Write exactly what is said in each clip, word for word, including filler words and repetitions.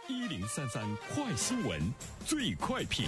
一零三三快新闻，最快评。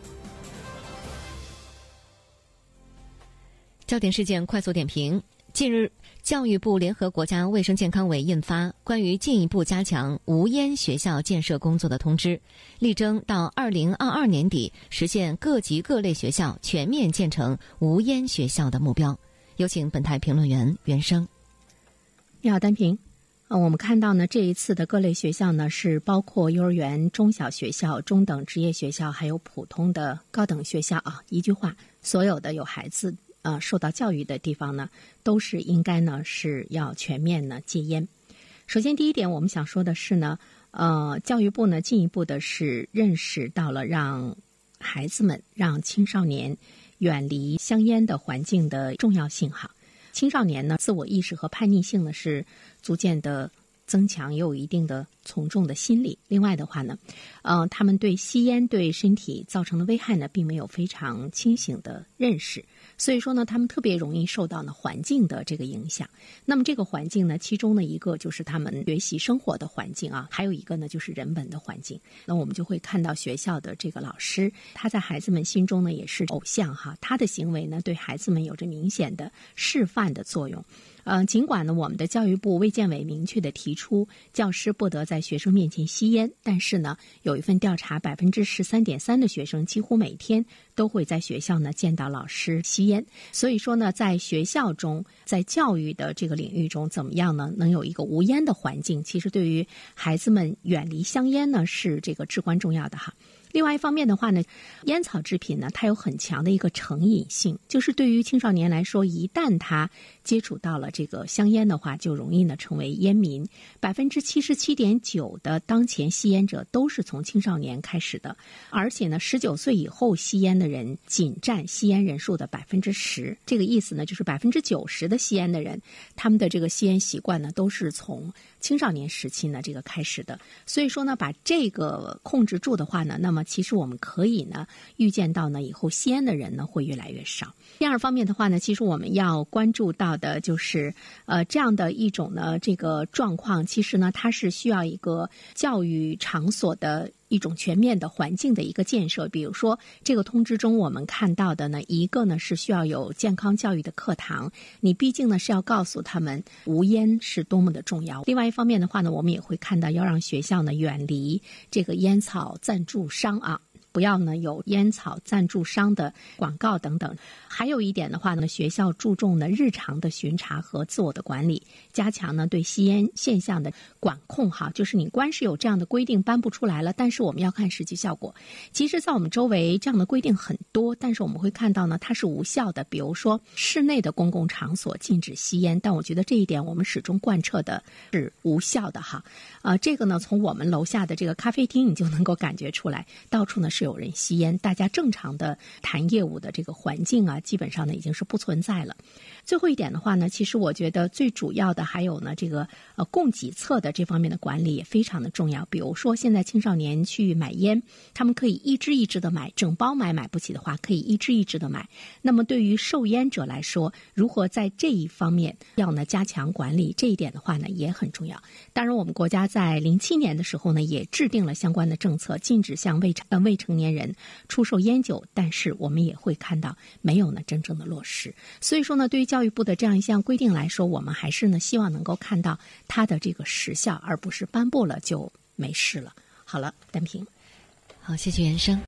焦点事件快速点评。近日，教育部联合国家卫生健康委印发关于进一步加强无烟学校建设工作的通知，力争到二零二二年底实现各级各类学校全面建成无烟学校的目标。有请本台评论员袁生。 你好，单平。呃，我们看到呢，这一次的各类学校呢，是包括幼儿园、中小学校、中等职业学校，还有普通的高等学校啊。一句话，所有的有孩子呃受到教育的地方呢，都是应该呢是要全面呢戒烟。首先，第一点，我们想说的是呢，呃，教育部呢进一步的是认识到了让孩子们、让青少年远离香烟的环境的重要性哈。青少年呢，自我意识和叛逆性呢是逐渐的增强，也有一定的从众的心理。另外的话呢，呃，他们对吸烟对身体造成的危害呢，并没有非常清醒的认识，所以说呢，他们特别容易受到呢环境的这个影响。那么这个环境呢，其中的一个就是他们学习生活的环境啊，还有一个呢就是人文的环境。那我们就会看到学校的这个老师，他在孩子们心中呢也是偶像哈，他的行为呢对孩子们有着明显的示范的作用。呃，尽管呢，我们的教育部卫健委明确的提出，教师不得在学生面前吸烟，但是呢，有一份调查，百分之十三点三的学生几乎每天都会在学校呢见到老师吸烟。所以说呢，在学校中，在教育的这个领域中，怎么样呢？能有一个无烟的环境，其实对于孩子们远离香烟呢，是这个至关重要的哈。另外一方面的话呢，烟草制品呢，它有很强的一个成瘾性，就是对于青少年来说，一旦他接触到了这个香烟的话，就容易呢成为烟民。百分之七十七点九的当前吸烟者都是从青少年开始的，而且呢，十九岁以后吸烟的人仅占吸烟人数的百分之十。这个意思呢，就是百分之九十的吸烟的人，他们的这个吸烟习惯呢，都是从青少年时期呢这个开始的。所以说呢，把这个控制住的话呢，那么其实我们可以呢预见到呢以后吸烟的人呢会越来越少。第二方面的话呢，其实我们要关注到的就是呃这样的一种呢这个状况，其实呢它是需要一个教育场所的一种全面的环境的一个建设。比如说这个通知中我们看到的呢，一个呢是需要有健康教育的课堂，你毕竟呢是要告诉他们无烟是多么的重要。另外一方面的话呢，我们也会看到要让学校呢远离这个烟草赞助商啊，不要呢有烟草赞助商的广告等等。还有一点的话呢，学校注重呢日常的巡查和自我的管理，加强呢对吸烟现象的管控哈。就是你光是有这样的规定颁布出来了，但是我们要看实际效果。其实在我们周围这样的规定很多，但是我们会看到呢它是无效的。比如说室内的公共场所禁止吸烟，但我觉得这一点我们始终贯彻的是无效的哈。呃，这个呢从我们楼下的这个咖啡厅你就能够感觉出来，到处呢是有人吸烟，大家正常的谈业务的这个环境啊，基本上呢已经是不存在了。最后一点的话呢，其实我觉得最主要的还有呢这个呃供给侧的这方面的管理也非常的重要。比如说现在青少年去买烟，他们可以一支一支的买，整包买买不起的话可以一支一支的买。那么对于售烟者来说，如何在这一方面要呢加强管理，这一点的话呢也很重要。当然我们国家在零七年的时候呢也制定了相关的政策，禁止向未成呃未成年人出售烟酒，但是我们也会看到没有呢真正的落实。所以说呢，对于教育部的这样一项规定来说，我们还是呢希望能够看到它的这个实效，而不是颁布了就没事了。好了，单平。 好，谢谢袁生。